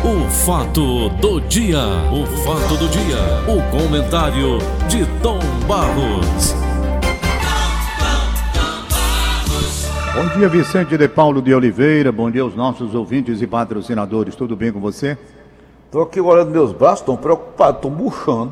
O fato do dia, o fato do dia, o comentário de Tom Barros. Bom dia, Vicente de Paulo de Oliveira, bom dia aos nossos ouvintes e patrocinadores, tudo bem com você? Estou aqui olhando meus braços, estou preocupado, estou murchando.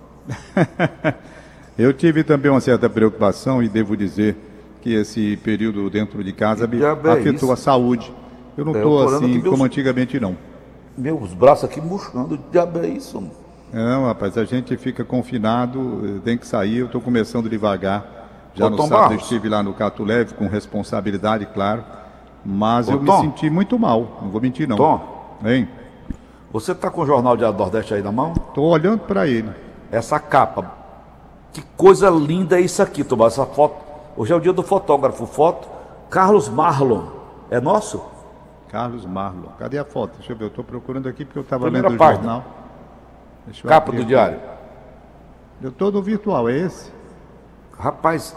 Eu tive também uma certa preocupação e devo dizer que esse período dentro de casa me afetou a saúde. Eu não estou assim como antigamente, não. Meus braços aqui murchando, que diabo é isso? Não, rapaz, a gente fica confinado, tem que sair, eu estou começando devagar. Já no Tom sábado Barros, eu estive lá no Cato Leve, com responsabilidade, claro. Mas eu me Tom, senti muito mal, não vou mentir não. Tom, Hein? você está com o Jornal Diário do Nordeste aí na mão? Estou olhando para ele. Essa capa, que coisa linda é isso aqui, Tom. Essa foto, hoje é o dia do fotógrafo, foto, Carlos Marlon, é nosso? Carlos Marlon, cadê a foto? Deixa eu ver, eu estou procurando aqui porque eu estava Primeira lendo o página. jornal. Deixa eu Capa abrir do aqui. diário. Eu estou no virtual, é esse? Rapaz,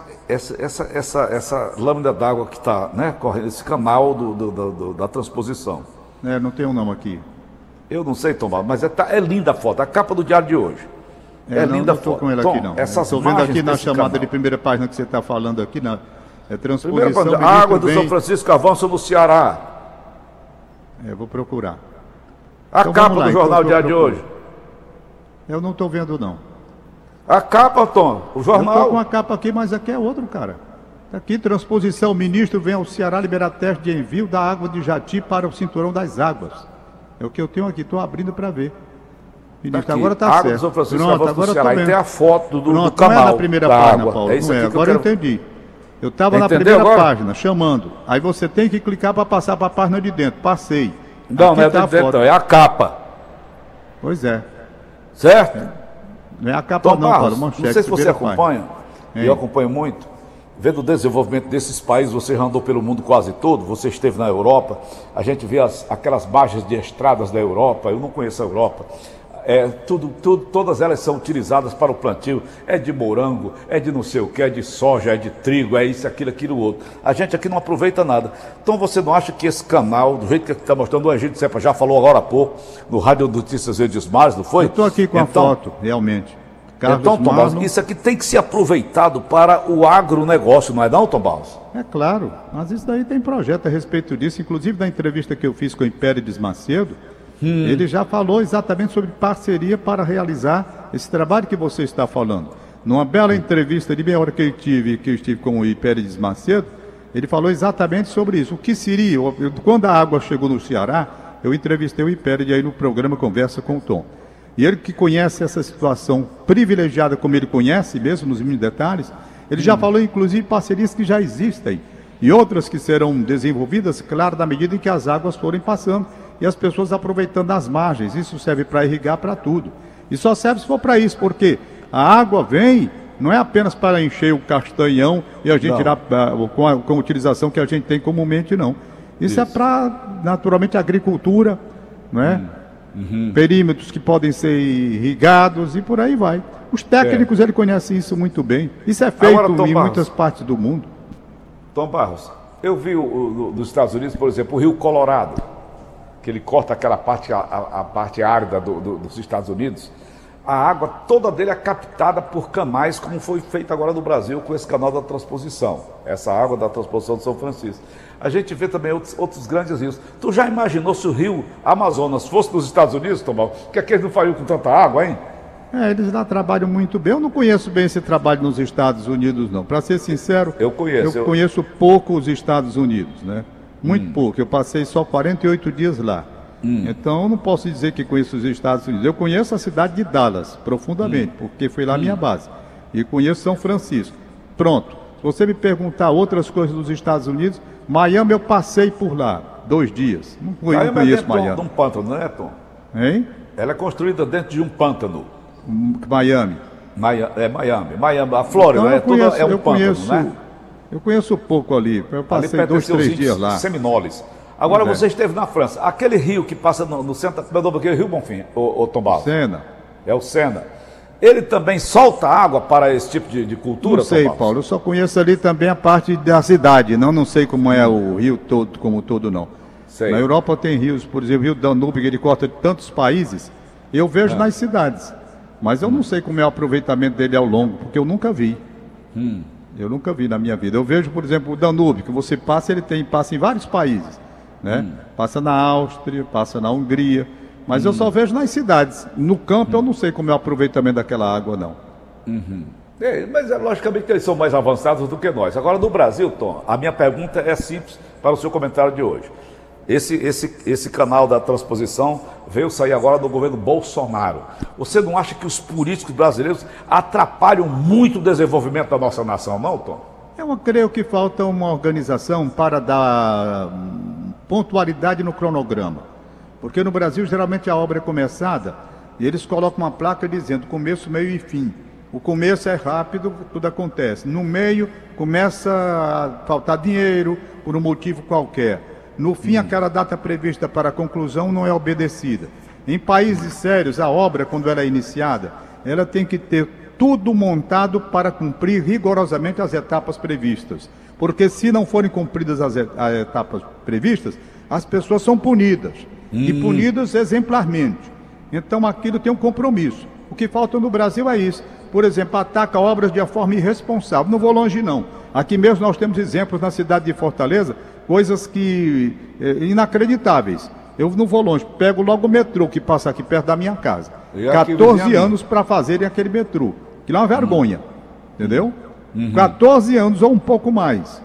essa lâmina d'água que está, né, correndo, esse canal da transposição. É, não tem um não aqui. Eu não sei, Tom, mas é linda a foto, a capa do diário de hoje. Não, linda a não estou foto. com ele Tom, aqui não. Essas Estou vendo aqui na desse chamada canal. de primeira página que você está falando aqui, não. É Primeira transposição. página, a água do São Francisco avança no Ceará. Vou procurar. A Então, capa vamos lá, do então Jornal eu Diário de procuro. hoje. Eu não estou vendo não. A capa, Tom, o Eu estou jornal. com a capa aqui, mas aqui é outro, cara. Tá aqui, transposição. O ministro vem ao Ceará liberar teste de envio da água de Jati para o cinturão das águas. É o que eu tenho aqui, estou abrindo para ver. Ministro, Aqui, agora tá água certo. do São Francisco Pronto, avança agora no eu tô Ceará. E vendo. tem a foto do Pronto, canal não é na primeira da página, água. Paulo. É isso Não é, aqui que agora eu eu quero... entendi. Eu estava na Entendeu primeira agora? página, chamando. Aí você tem que clicar para passar para a página de dentro. Passei. Não, Aqui não é tá a dentro, foto. é a capa. Pois é. Certo? Não é a capa Tom não, Barros, Paulo. Manchete, não sei se você primeira página. acompanha, Hein? eu acompanho muito, vendo o desenvolvimento desses países, você andou pelo mundo quase todo, você esteve na Europa, a gente vê aquelas margens de estradas da Europa, eu não conheço a Europa, todas elas são utilizadas para o plantio, é de morango, é de não sei o que, é de soja, é de trigo, é isso, aquilo, outro. A gente aqui não aproveita nada. Então você não acha que esse canal, do jeito que está mostrando, o Egídio Sepa já falou agora há pouco, no Rádio Notícias Verdes Mares, não foi? Eu estou aqui com a foto, realmente. Carlos Então, Tom Marlon, Barros, isso aqui tem que ser aproveitado para o agronegócio, não é não, Tom Barros? É claro, mas isso daí tem projeto a respeito disso. Inclusive, na entrevista que eu fiz com o Impérides Macedo, ele já falou exatamente sobre parceria para realizar esse trabalho que você está falando. Numa bela entrevista de meia hora que eu estive com o Impérides Macedo, ele falou exatamente sobre isso. O que seria, quando a água chegou no Ceará, eu entrevistei o Impérides aí no programa Conversa com o Tom. E ele que conhece essa situação privilegiada como ele conhece, mesmo nos mínimos detalhes, ele já falou inclusive parcerias que já existem e outras que serão desenvolvidas, claro, na medida em que as águas forem passando e as pessoas aproveitando as margens. Isso serve para irrigar para tudo. E só serve se for para isso, porque a água vem, não é apenas para encher o castanhão e a gente tirar com a utilização que a gente tem comumente, não. Isso é para, naturalmente, a agricultura, não é? Perímetros que podem ser irrigados e por aí vai. Os técnicos, ele conhece isso muito bem. Isso é feito Agora, Tom em Barros, muitas partes do mundo. Tom Barros, eu vi dos Estados Unidos, por exemplo, o Rio Colorado, que ele corta aquela parte, a parte árida dos Estados Unidos. A água toda dele é captada por canais, como foi feito agora no Brasil com esse canal da transposição. Essa água da transposição de São Francisco. A gente vê também outros grandes rios. Tu já imaginou se o rio Amazonas fosse nos Estados Unidos, Tom Barros? O que é que eles não fariam com tanta água, hein? Eles lá trabalham muito bem. Eu não conheço bem esse trabalho nos Estados Unidos, não. Para ser sincero, eu conheço pouco os Estados Unidos, né? Muito pouco. Eu passei só 48 dias lá. Então, eu não posso dizer que conheço os Estados Unidos. Eu conheço a cidade de Dallas profundamente, porque foi lá a minha base. E conheço São Francisco. Pronto. Se você me perguntar outras coisas dos Estados Unidos, Miami eu passei por lá 2 dias. Não conheço Miami. De um pântano, não é, Tom? Hein? Ela é construída dentro de um pântano. Miami. Miami. A Flórida Então, é um pântano, né? Eu conheço pouco ali. Eu passei 2, 3 dias lá. Seminoles. Agora você esteve na França. Aquele rio que passa no centro, meu nome aqui é Rio Bonfim, o Tom Barros. Sena. É o Sena. Ele também solta água para esse tipo de cultura, Não sei, Tom Barros? Paulo. Eu só conheço ali também a parte da cidade. Não sei como é o rio todo, como todo, não. Sei. Na Europa tem rios, por exemplo, o rio Danúbio, que ele corta de tantos países. Eu vejo nas cidades. Mas eu não sei como é o aproveitamento dele ao longo, porque eu nunca vi. Eu nunca vi na minha vida. Eu vejo, por exemplo, o Danúbio, que você passa, passa em vários países, né? Passa na Áustria, passa na Hungria, mas eu só vejo nas cidades. No campo eu não sei como é o aproveitamento daquela água, não. Mas logicamente que eles são mais avançados do que nós. Agora, no Brasil, Tom, a minha pergunta é simples para o seu comentário de hoje. Esse canal da transposição veio sair agora do governo Bolsonaro. Você não acha que os políticos brasileiros atrapalham muito o desenvolvimento da nossa nação, não, Tom? Eu creio que falta uma organização para dar pontualidade no cronograma. Porque no Brasil, geralmente, a obra é começada e eles colocam uma placa dizendo começo, meio e fim. O começo é rápido, tudo acontece. No meio, começa a faltar dinheiro por um motivo qualquer. No fim, aquela data prevista para a conclusão não é obedecida. Em países sérios, a obra, quando ela é iniciada, ela tem que ter tudo montado para cumprir rigorosamente as etapas previstas. Porque se não forem cumpridas as etapas previstas, as pessoas são punidas. E punidas exemplarmente. Então aquilo tem um compromisso. O que falta no Brasil é isso. Por exemplo, ataca obras de uma forma irresponsável. Não vou longe, não. Aqui mesmo nós temos exemplos na cidade de Fortaleza, coisas que inacreditáveis. Eu não vou longe, pego logo o metrô que passa aqui perto da minha casa. 14 anos para fazerem aquele metrô. Que é uma vergonha, entendeu? 14 anos ou um pouco mais.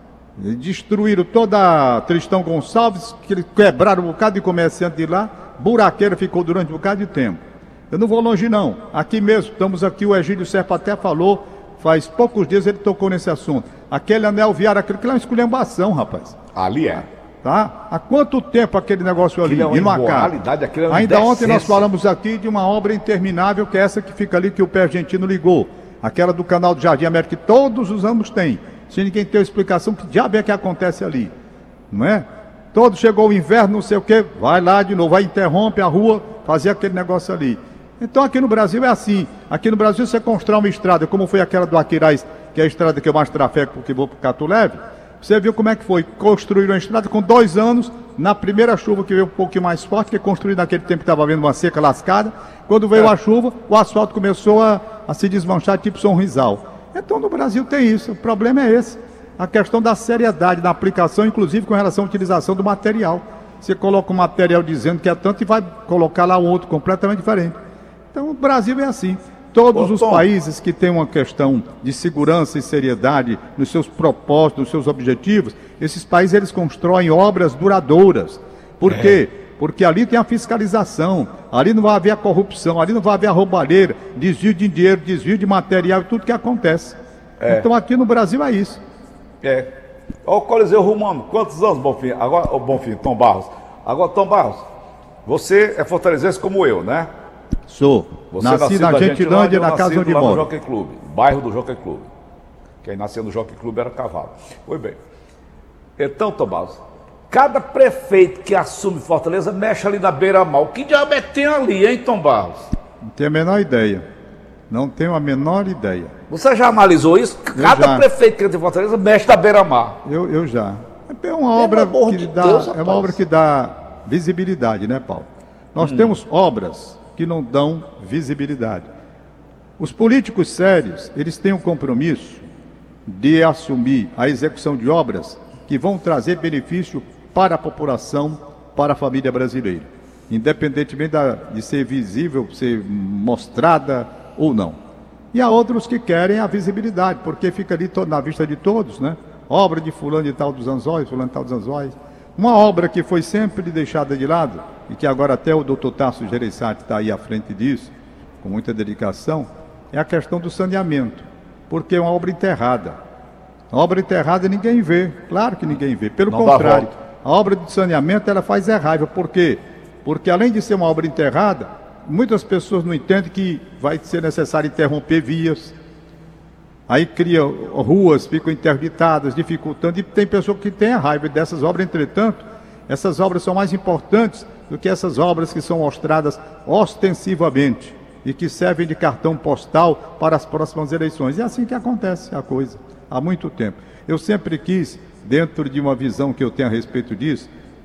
Destruíram toda a Tristão Gonçalves, quebraram um bocado de comerciante de lá, buraqueira ficou durante um bocado de tempo. Eu não vou longe, não. Aqui mesmo, estamos aqui, o Egídio Serpa até falou, faz poucos dias ele tocou nesse assunto. Aquele anel viário, aquilo que é uma esculhambação, rapaz. Ali é. Tá? Há quanto tempo aquele negócio ali? E não acaba. Ainda ontem nós falamos aqui de uma obra interminável, que é essa que fica ali, que o pé argentino ligou. Aquela do canal do Jardim América, que todos os anos tem. Sem ninguém ter explicação, que diabo é que acontece ali. Não é? Todo chegou o inverno, não sei o quê, vai lá de novo, vai interrompe a rua, fazer aquele negócio ali. Então aqui no Brasil é assim. Aqui no Brasil você constrói uma estrada, como foi aquela do Aquiraz, que é a estrada que eu mais trafego porque vou para o Catuleve. Você viu como é que foi? Construíram a estrada com 2 anos, na primeira chuva que veio um pouquinho mais forte, que construíram naquele tempo que estava havendo uma seca lascada. Quando veio a chuva, o asfalto começou a se desmanchar tipo São Rizal. Então no Brasil tem isso, o problema é esse. A questão da seriedade da aplicação, inclusive com relação à utilização do material. Você coloca um material dizendo que é tanto e vai colocar lá um outro completamente diferente. Então o Brasil é assim. Todos os países que têm uma questão de segurança e seriedade nos seus propósitos, nos seus objetivos, esses países eles constroem obras duradouras. Por quê? Porque ali tem a fiscalização, ali não vai haver a corrupção, ali não vai haver a roubalheira, desvio de dinheiro, desvio de material e tudo que acontece. Então aqui no Brasil é isso. Olha o Coliseu Romano, quantos anos, Bonfim? Agora, Tom Barros. Agora, Tom Barros, você é fortalezense como eu, né? Sou. Você nasci na Gentilândia, na casa onde moro. No Jockey Club, bairro do Jockey Club. Quem nascia no Jockey Club era cavalo. Foi bem. Então, Tom Barros, cada prefeito que assume Fortaleza mexe ali na beira-mar. O que diabo é que tem ali, hein, Tom Barros? Não tenho a menor ideia. Não tenho a menor ideia. Você já analisou isso? Cada prefeito que entra em Fortaleza mexe na beira-mar. Eu já. É uma obra que dá, é uma obra que dá visibilidade, né, Paulo? Nós temos obras que não dão visibilidade. Os políticos sérios, eles têm um compromisso de assumir a execução de obras que vão trazer benefício para a população, para a família brasileira, independentemente de ser visível, ser mostrada ou não. E há outros que querem a visibilidade, porque fica ali na vista de todos, né? Obra de fulano de tal dos Anzóis, fulano de tal dos Anzóis. Uma obra que foi sempre deixada de lado, e que agora até o doutor Tasso Gereissati está aí à frente disso, com muita dedicação, é a questão do saneamento, porque é uma obra enterrada. A obra enterrada ninguém vê, claro que ninguém vê, pelo contrário, a obra de saneamento ela faz raiva, por quê? Porque além de ser uma obra enterrada, muitas pessoas não entendem que vai ser necessário interromper vias, aí cria ruas, ficam interditadas, dificultando, e tem pessoa que tem a raiva dessas obras. Entretanto, essas obras são mais importantes do que essas obras que são mostradas ostensivamente e que servem de cartão postal para as próximas eleições. É assim que acontece a coisa, há muito tempo. Eu sempre quis, dentro de uma visão que eu tenho a respeito disso,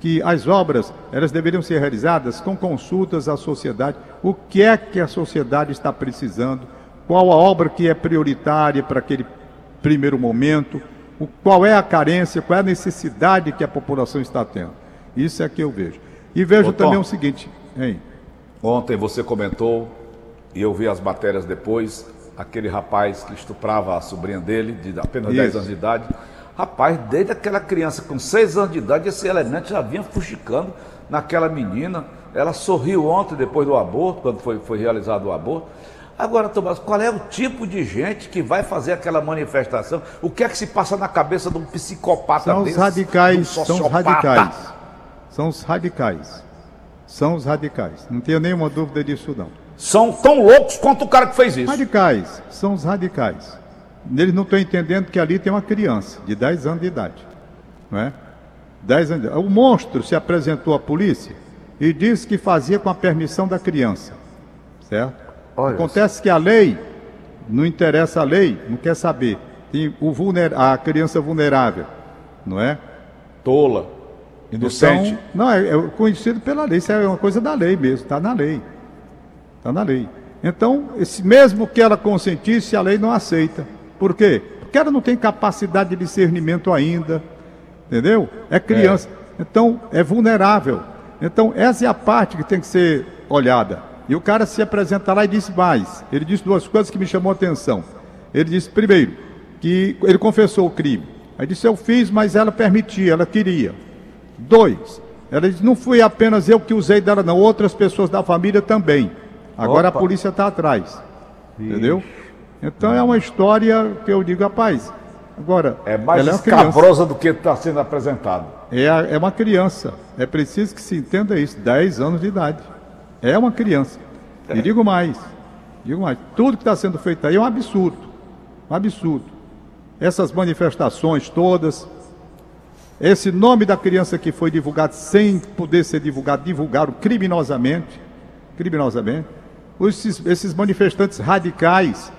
que as obras elas deveriam ser realizadas com consultas à sociedade. O que é que a sociedade está precisando? Qual a obra que é prioritária para aquele primeiro momento? Qual é a carência? Qual é a necessidade que a população está tendo? Isso é que eu vejo. E vejo também o seguinte, hein? Ontem você comentou, e eu vi as matérias depois, aquele rapaz que estuprava a sobrinha dele, de apenas 10 anos de idade. Rapaz, desde aquela criança com 6 anos de idade, esse elemento já vinha fuxicando naquela menina. Ela sorriu ontem, depois do aborto, quando foi realizado o aborto. Agora, Tomás, qual é o tipo de gente que vai fazer aquela manifestação? O que é que se passa na cabeça de um psicopata desse? São os radicais, são os radicais. São os radicais. São os radicais. Não tenho nenhuma dúvida disso, não. São tão loucos quanto o cara que fez isso. Radicais, são os radicais. Eles não estão entendendo que ali tem uma criança de 10 anos de idade. Não é? 10 anos de idade. O monstro se apresentou à polícia e disse que fazia com a permissão da criança. Certo? Olha, acontece que a lei, não interessa a lei, não quer saber. Tem a criança vulnerável, não é? Tola, inocente. Então, não, é conhecido pela lei, isso é uma coisa da lei mesmo, está na lei. Está na lei. Então, mesmo que ela consentisse, a lei não aceita. Por quê? Porque ela não tem capacidade de discernimento ainda, entendeu? É criança, então é vulnerável. Então, essa é a parte que tem que ser olhada. E o cara se apresenta lá e disse mais. Ele disse duas coisas que me chamou a atenção. Ele disse, primeiro, que ele confessou o crime. Aí disse, eu fiz, mas ela permitia, ela queria. 2, ela disse, não fui apenas eu que usei dela, não, outras pessoas da família também. Agora a polícia está atrás. Entendeu? Então é uma história que eu digo, rapaz, agora... É mais escabrosa do que está sendo apresentado. É uma criança. É preciso que se entenda isso. 10 anos de idade. É uma criança. E digo mais. Tudo que está sendo feito aí é um absurdo. Um absurdo. Essas manifestações todas, esse nome da criança que foi divulgado sem poder ser divulgado, divulgaram criminosamente. Esses manifestantes radicais,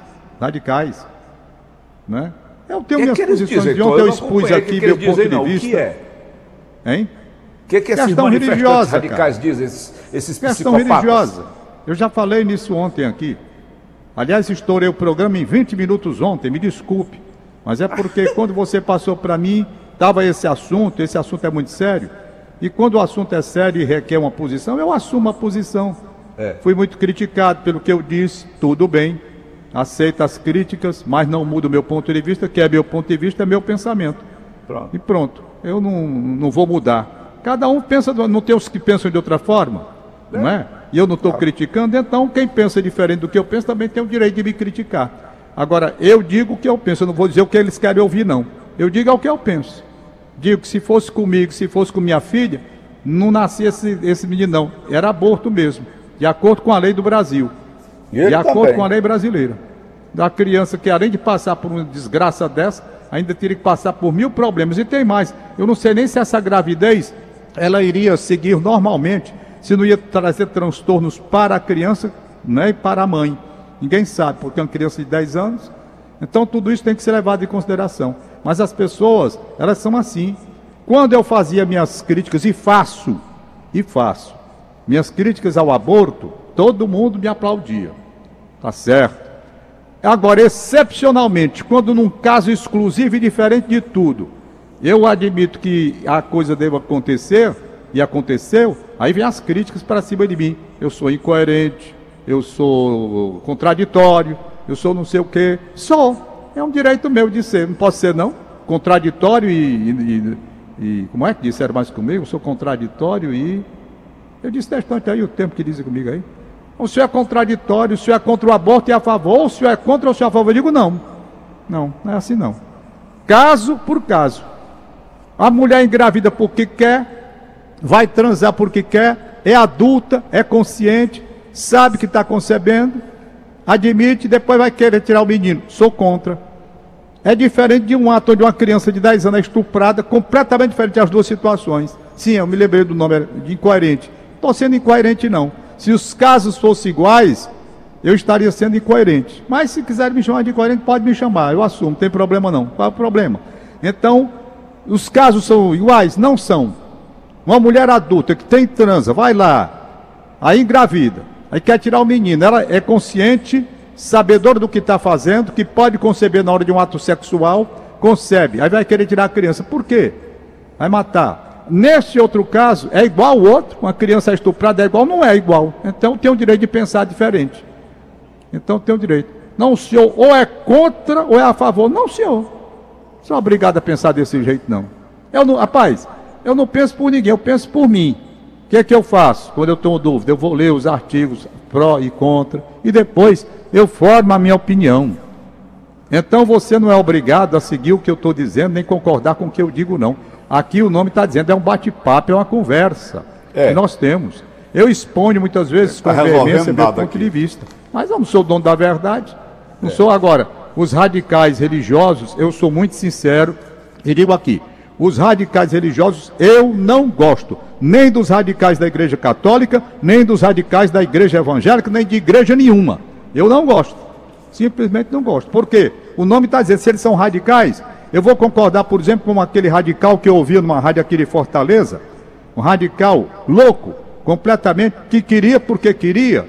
né? Eu tenho minhas posições de ontem, eu expus aqui meu ponto de vista. O que é? Hein? O que esses manifestantes radicais dizem, esses psicopatas? Questão religiosa. Eu já falei nisso ontem aqui. Aliás, estourei o programa em 20 minutos ontem, me desculpe. Mas é porque quando você passou para mim, estava esse assunto é muito sério. E quando o assunto é sério e requer uma posição, eu assumo a posição. Fui muito criticado pelo que eu disse, tudo bem. Aceito as críticas, mas não mudo o meu ponto de vista, que é meu ponto de vista, é meu pensamento. Pronto. E pronto, eu não vou mudar. Cada um pensa, não tem os que pensam de outra forma, não é? E eu não estou criticando, então quem pensa diferente do que eu penso também tem o direito de me criticar. Agora, eu digo o que eu penso, eu não vou dizer o que eles querem ouvir, não. Eu digo o que eu penso. Digo que se fosse comigo, se fosse com minha filha, não nascia esse menino, não. Era aborto mesmo, de acordo com a lei do Brasil. De acordo com a lei brasileira. Da criança que, além de passar por uma desgraça dessa, ainda teria que passar por 1000 problemas. E tem mais, eu não sei nem se essa gravidez ela iria seguir normalmente, se não ia trazer transtornos para a criança, né, e para a mãe. Ninguém sabe, porque é uma criança de 10 anos. Então tudo isso tem que ser levado em consideração. Mas as pessoas, elas são assim. Quando eu fazia minhas críticas, e faço, minhas críticas ao aborto, todo mundo me aplaudia. Tá certo. Agora, excepcionalmente, quando num caso exclusivo e diferente de tudo, eu admito que a coisa deva acontecer, e aconteceu, aí vem as críticas para cima de mim. Eu sou incoerente, eu sou contraditório, eu sou não sei o quê. Sou. É um direito meu de ser. Não posso ser, não. Contraditório e como é que disseram mais comigo? Eu sou contraditório e... Eu disse, testante aí o tempo que dizem comigo aí. O senhor é contraditório, o senhor é contra o aborto e a favor, ou o senhor é contra ou o senhor é a favor? Eu digo, não. Não é assim não. Caso por caso. A mulher engravida porque quer, vai transar porque quer, é adulta, é consciente, sabe que está concebendo, admite, depois vai querer tirar o menino. Sou contra. É diferente de um ato onde uma criança de 10 anos é estuprada, completamente diferente das duas situações. Sim, eu me lembrei do nome de incoerente. Não estou sendo incoerente, não. Se os casos fossem iguais, eu estaria sendo incoerente. Mas se quiser me chamar de incoerente, pode me chamar. Eu assumo, não tem problema não. Qual é o problema? Então, os casos são iguais? Não são. Uma mulher adulta que tem transa, vai lá, aí engravida, aí quer tirar o menino, ela é consciente, sabedora do que está fazendo, que pode conceber na hora de um ato sexual, concebe, aí vai querer tirar a criança. Por quê? Vai matar. Nesse outro caso, é igual ao outro, uma criança estuprada é igual, não é igual. Então tem o direito de pensar diferente. Então tem o direito. Não, senhor, ou é contra ou é a favor. Não, senhor. Não sou obrigado a pensar desse jeito, não. Rapaz, eu não penso por ninguém, eu penso por mim. O que é que eu faço quando eu tenho dúvida? Eu vou ler os artigos pró e contra e depois eu formo a minha opinião. Então você não é obrigado a seguir o que eu estou dizendo, nem concordar com o que eu digo, não. Aqui o nome está dizendo, é um bate-papo, é uma conversa que nós temos. Eu exponho muitas vezes com veemência meu ponto de vista, mas eu não sou dono da verdade. Não sou. Agora, os radicais religiosos, eu sou muito sincero e digo aqui, os radicais religiosos eu não gosto, nem dos radicais da Igreja Católica, nem dos radicais da Igreja Evangélica, nem de igreja nenhuma. Eu não gosto, simplesmente não gosto. Por quê? O nome está dizendo, se eles são radicais, eu vou concordar, por exemplo, com aquele radical que eu ouvi numa rádio aqui de Fortaleza, um radical louco, completamente, que queria porque queria,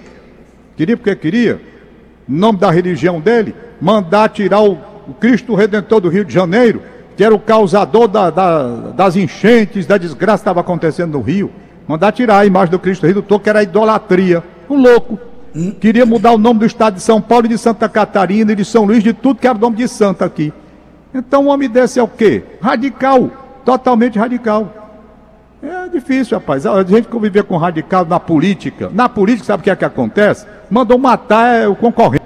em nome da religião dele, mandar tirar o Cristo Redentor do Rio de Janeiro, que era o causador das enchentes, da desgraça que estava acontecendo no Rio, mandar tirar a imagem do Cristo Redentor, que era idolatria. Um louco. Queria mudar o nome do estado de São Paulo, de Santa Catarina e de São Luís, de tudo que era o nome de santo aqui. Então um homem desse é o quê? Radical, totalmente radical. É difícil, rapaz. A gente conviver com radical na política. Na política, sabe o que é que acontece? Mandou matar o concorrente.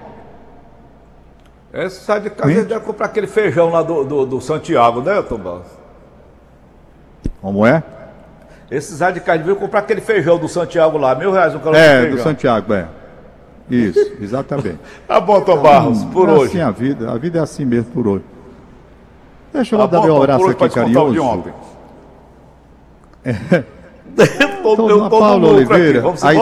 Esse radical deve comprar aquele feijão lá do Santiago, né, Tom Barros? Como é? Esses radicais deviam comprar aquele feijão do Santiago lá, R$1.000 um calor de feijão. Do Santiago, Isso, exatamente. Tá bom, Tom Barros, por hoje. Assim a vida é assim mesmo por hoje. Deixa eu dar meu abraço aqui carinhoso. Paulo Oliveira,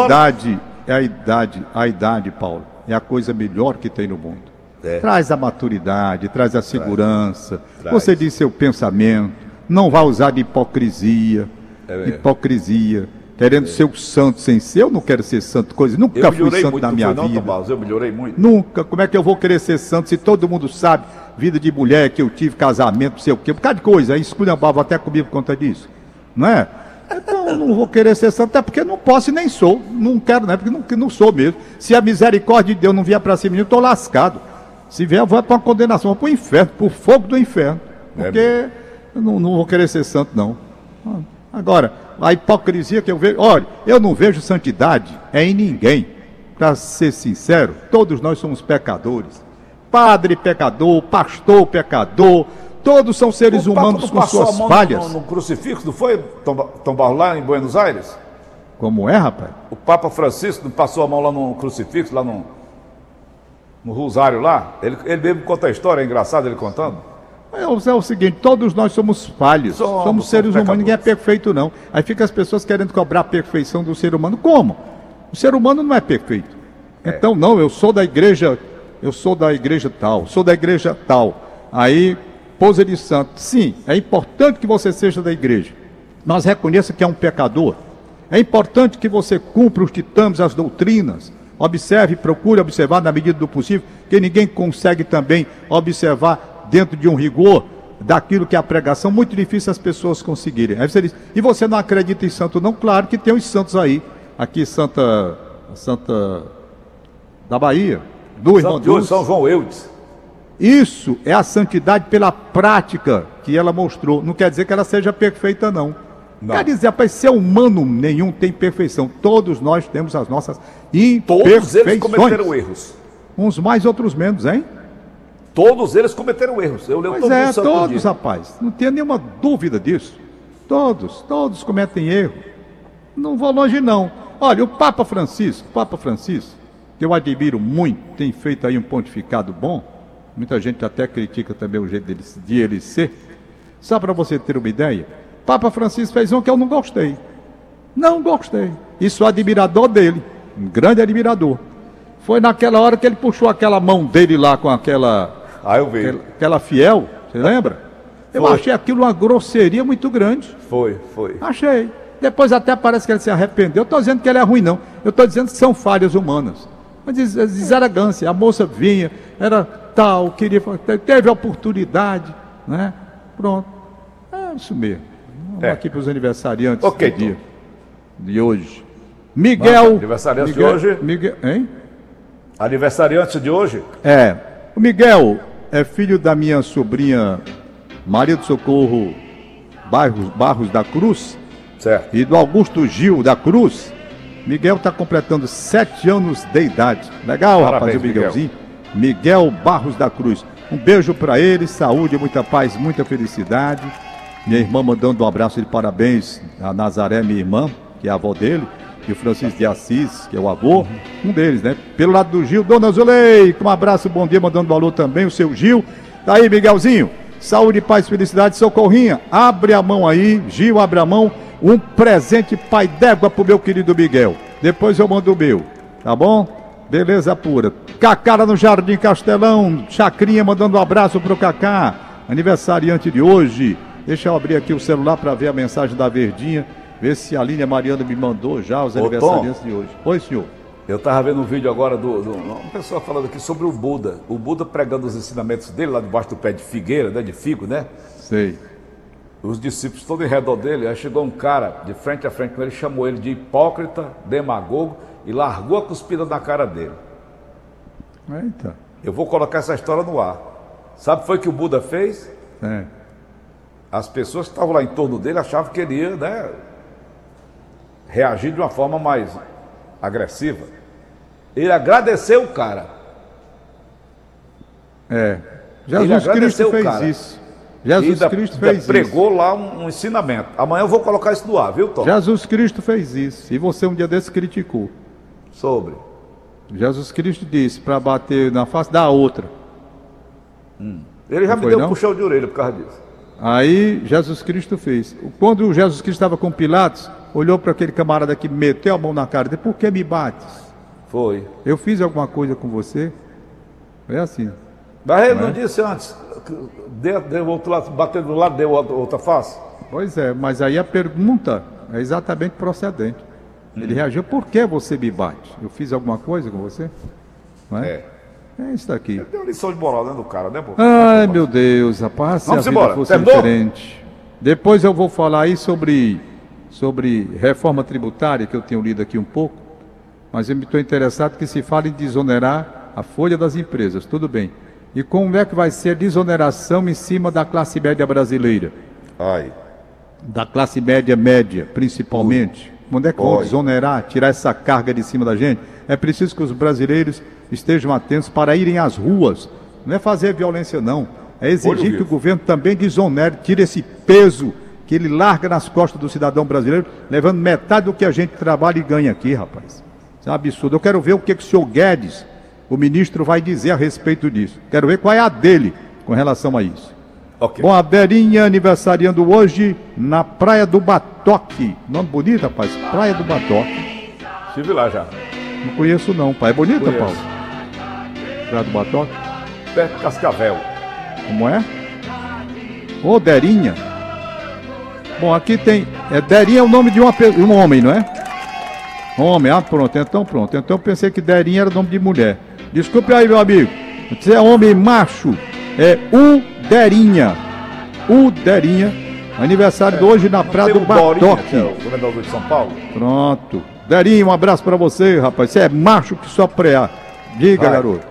a idade, Paulo, é a coisa melhor que tem no mundo. Traz a maturidade, traz a segurança, você diz seu pensamento, não vai usar de hipocrisia, querendo ser o santo sem ser. Eu não quero ser santo, nunca fui santo na minha vida. Eu melhorei muito. Nunca, como é que eu vou querer ser santo se todo mundo sabe, vida de mulher que eu tive, casamento, não sei o quê, um bocado de coisa, aí esculhambava até comigo por conta disso, não é? Então eu não vou querer ser santo, até porque não posso e nem sou, não quero, né? Porque não sou mesmo. Se a misericórdia de Deus não vier para cima, eu estou lascado. Se vier, eu vou para uma condenação, vou para o inferno, para o fogo do inferno, porque eu não vou querer ser santo, não. Agora, a hipocrisia que eu vejo, olha, eu não vejo santidade em ninguém. Para ser sincero, todos nós somos pecadores. Padre pecador, pastor pecador, todos são seres humanos com suas falhas. No crucifixo, não foi, Tom Barros, lá em Buenos Aires? Como é, rapaz? O Papa Francisco não passou a mão lá no crucifixo, lá no Rosário lá? Ele mesmo conta a história, é engraçado ele contando. É o seguinte, todos nós somos falhos, somos seres humanos, ninguém é perfeito não. Aí fica as pessoas querendo cobrar a perfeição do ser humano. Como? O ser humano não é perfeito. Então não, eu sou da igreja tal, sou da igreja tal. Aí, pose de santo. Sim, é importante que você seja da igreja, mas reconheça que é um pecador. É importante que você cumpra os ditames, as doutrinas. Observe, procure observar na medida do possível, que ninguém consegue também observar dentro de um rigor daquilo que é a pregação, muito difícil as pessoas conseguirem. Aí você diz, e você não acredita em santo não? Claro que tem os santos aí, aqui Santa da Bahia, do irmão Deus, São João Eudes. Isso é a santidade pela prática que ela mostrou, não quer dizer que ela seja perfeita não. Quer dizer, rapaz, ser humano nenhum tem perfeição, todos nós temos as nossas imperfeições. Todos eles cometeram erros. Uns mais, outros menos, hein? Todos eles cometeram erros. Eu leio todos, rapaz. Não tenha nenhuma dúvida disso. Todos cometem erro. Não vou longe, não. Olha, o Papa Francisco, que eu admiro muito, tem feito aí um pontificado bom. Muita gente até critica também o jeito de ele ser. Só para você ter uma ideia, Papa Francisco fez um que eu não gostei. Não gostei. E sou admirador dele, um grande admirador. Foi naquela hora que ele puxou aquela mão dele lá com aquela fiel, você lembra? Eu achei aquilo uma grosseria muito grande. Foi. Achei. depois até parece que ele se arrependeu. Eu estou dizendo que ele é ruim, não. Eu estou dizendo que são falhas humanas. Mas desarrogância. A moça vinha, era tal, queria, teve a oportunidade, né? Pronto. É isso mesmo. Vamos aqui para os aniversariantes do dia de hoje. Miguel. Aniversariante de hoje? Hein? Aniversariante de hoje? O Miguel é filho da minha sobrinha Maria do Socorro Barros da Cruz. Certo. E do Augusto Gil da Cruz. Miguel está completando 7 anos de idade. Legal, parabéns, rapaz, o Miguelzinho. Miguel Barros da Cruz. Um beijo para ele, saúde, muita paz, muita felicidade. Minha irmã mandando um abraço de parabéns a Nazaré, minha irmã, que é a avó dele. E o Francisco de Assis, que é o avô, um deles, né? Pelo lado do Gil, Dona Zuleika, um abraço, bom dia, mandando valor também, o seu Gil. Tá aí, Miguelzinho, saúde, paz, felicidade, Socorrinha, abre a mão aí, Gil, abre a mão, um presente pai d'égua pro meu querido Miguel. Depois eu mando o meu, tá bom? Beleza pura. Cacá no Jardim Castelão, Chacrinha mandando um abraço pro Cacá, aniversariante de hoje. Deixa eu abrir aqui o celular para ver a mensagem da Verdinha. Vê se a Línia Mariana me mandou já os aniversariantes de hoje. Oi, senhor. Eu estava vendo um vídeo agora uma pessoa falando aqui sobre o Buda. O Buda pregando os ensinamentos dele lá debaixo do pé de figueira, né? De figo, né? Sei. Os discípulos todos em redor dele. Aí chegou um cara de frente a frente com ele, chamou ele de hipócrita, demagogo e largou a cuspida na cara dele. Eita. Eu vou colocar essa história no ar. Sabe o que foi que o Buda fez? As pessoas que estavam lá em torno dele achavam que ele ia, né, reagir de uma forma mais agressiva. Ele agradeceu o cara. Jesus Cristo fez isso. Jesus Cristo fez isso. Pregou lá um ensinamento. Amanhã eu vou colocar isso no ar, viu, Tom? Jesus Cristo fez isso. E você um dia desse criticou. Sobre? Jesus Cristo disse para bater na face da outra. Ele já me deu um puxão de orelha por causa disso. Aí Jesus Cristo fez. Quando Jesus Cristo estava com Pilatos, olhou para aquele camarada que meteu a mão na cara dele. Por que me bates? Foi. Eu fiz alguma coisa com você? É assim. Mas ele não disse antes, deu outro lado, bateu do lado, deu outra face? Pois é, mas aí a pergunta é exatamente procedente. Ele reagiu, por que você me bate? Eu fiz alguma coisa com você? Não é? É isso daqui. Deu uma lição de moral dentro do cara, né, pô? Ai, meu Deus, rapaz, se a vida fosse diferente. Depois eu vou falar aí sobre reforma tributária, que eu tenho lido aqui um pouco, mas eu estou interessado que se fale em desonerar a folha das empresas, tudo bem. E como é que vai ser a desoneração em cima da classe média brasileira? Da classe média, principalmente. Onde é que vão desonerar, tirar essa carga de cima da gente? É preciso que os brasileiros estejam atentos para irem às ruas. Não é fazer violência, não. É exigir que o governo também desonere, tire esse peso que ele larga nas costas do cidadão brasileiro, levando metade do que a gente trabalha e ganha aqui, rapaz. Isso é um absurdo. Eu quero ver o que o senhor Guedes, o ministro, vai dizer a respeito disso. Quero ver qual é a dele com relação a isso. Bom, a Berinha aniversariando hoje na Praia do Batoque. Nome bonito, rapaz? Praia do Batoque. Estive lá já. Não conheço não, pai. É bonita, Paulo? Praia do Batoque? Perto de Cascavel. Como é? Ô, Derinha. Bom, aqui tem... Derinha é o nome de um homem, não é? Homem, pronto. Então eu pensei que Derinha era nome de mulher. Desculpe aí, meu amigo. Você é homem macho. É o Derinha. Aniversário de hoje na Praia do Batoque. O governador de São Paulo. Pronto. Derinha, um abraço pra você, rapaz. Você é macho que só preá. Diga, garoto.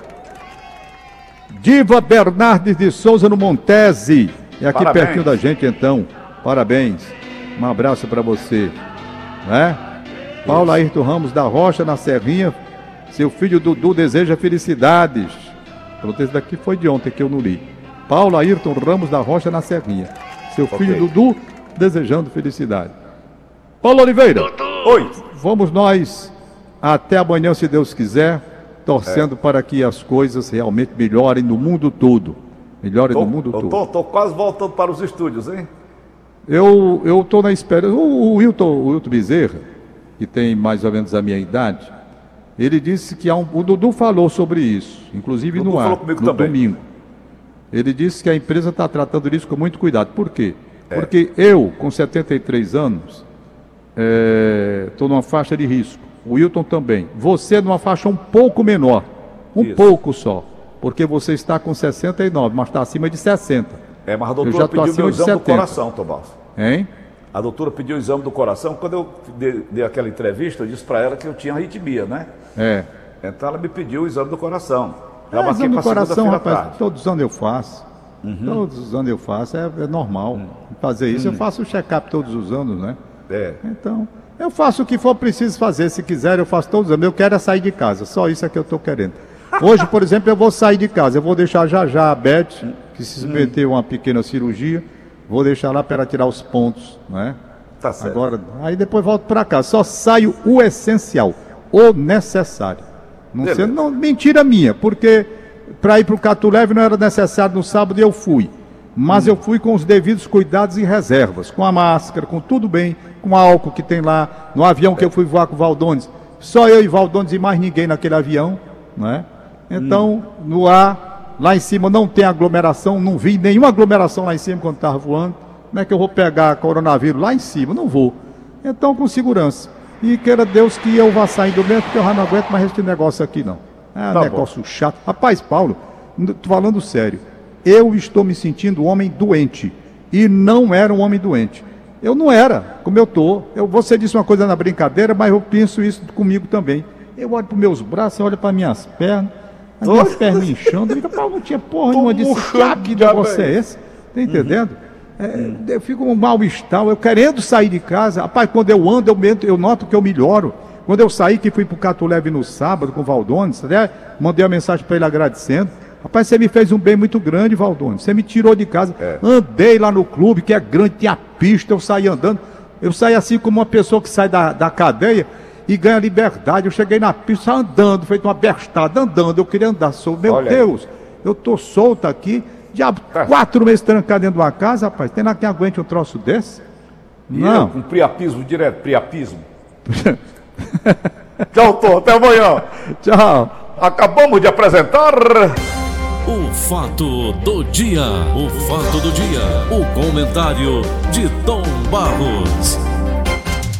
Diva Bernardes de Souza no Montese. É aqui pertinho da gente, então. Parabéns. Um abraço pra você. Né? Paulo Ayrton Ramos da Rocha, na Serrinha. Seu filho Dudu deseja felicidades. Pronto, esse daqui foi de ontem que eu não li. Paulo Ayrton Ramos da Rocha, na Serrinha. Seu filho Dudu desejando felicidade. Paulo Oliveira. Oi. Vamos nós até amanhã, se Deus quiser, torcendo para que as coisas realmente melhorem no mundo todo. No mundo todo. Estou quase voltando para os estúdios, hein? Eu estou na espera. O Wilton Bezerra, que tem mais ou menos a minha idade, ele disse que o Dudu falou sobre isso, inclusive no ar, no domingo. Ele disse que a empresa está tratando disso com muito cuidado. Por quê? Porque eu, com 73 anos, Estou numa faixa de risco. O Wilton também. Você numa faixa um pouco menor. Pouco só. Porque você está com 69, mas está acima de 60. Mas a doutora pediu meu exame do coração, Tomás. Hein? A doutora pediu o exame do coração. Quando eu dei aquela entrevista, eu disse para ela que eu tinha arritmia, né? Então ela me pediu o exame do coração. O exame do coração, rapaz, todos os anos eu faço. Todos os anos eu faço, é normal fazer isso. Eu faço o check-up todos os anos, né? Então, eu faço o que for preciso fazer. Se quiser, eu faço todos os anos. Eu quero é sair de casa, só isso é que eu estou querendo. Hoje, por exemplo, eu vou sair de casa. Eu vou deixar já a Beth, que se submeteu a uma pequena cirurgia. Vou deixar lá para ela tirar os pontos, né? Tá certo. Agora, aí depois volto para casa. Só saio o essencial, o necessário. Não, mentira minha, porque para ir para o Catuleve não era necessário no sábado e eu fui. Mas eu fui com os devidos cuidados e reservas, com a máscara, com tudo bem, com o álcool que tem lá. No avião que eu fui voar com o Valdones, só eu e Valdones e mais ninguém naquele avião, né? Então, no ar, lá em cima não tem aglomeração, não vi nenhuma aglomeração lá em cima quando estava voando. Como é que eu vou pegar coronavírus lá em cima? Não vou. Então, com segurança. E queira Deus que eu vá saindo mesmo, porque eu já não aguento mais esse negócio aqui, não. Negócio chato. Rapaz, Paulo, tô falando sério. Eu estou me sentindo um homem doente. E não era um homem doente. Eu não era, como eu tô. Você disse uma coisa na brincadeira, mas eu penso isso comigo também. Eu olho para os meus braços, eu olho para minhas pernas, as minhas pernas inchando. Eu digo, Paulo, não tinha porra nenhuma disso. Que negócio é esse? Tá entendendo? Eu fico um mal-estar, eu querendo sair de casa. Rapaz, quando eu ando, eu noto que eu melhoro. Quando eu saí, que fui pro Catuleve no sábado com o Valdones, até mandei uma mensagem para ele agradecendo. Rapaz, você me fez um bem muito grande, Valdones. Você me tirou de casa. Andei lá no clube, que é grande, tinha pista, eu saí andando. Eu saí assim como uma pessoa que sai da cadeia e ganha liberdade. Eu cheguei na pista andando, feito uma bestada, andando. Eu queria andar solto. Meu Deus, eu tô solto aqui. Diabo, 4 meses trancado dentro de uma casa, rapaz. Tem lá quem aguente um troço desse? Não. Com priapismo direto, priapismo. Tchau, Tom. Até amanhã. Tchau. Acabamos de apresentar... O fato do dia. O fato do dia. O comentário de Tom Barros.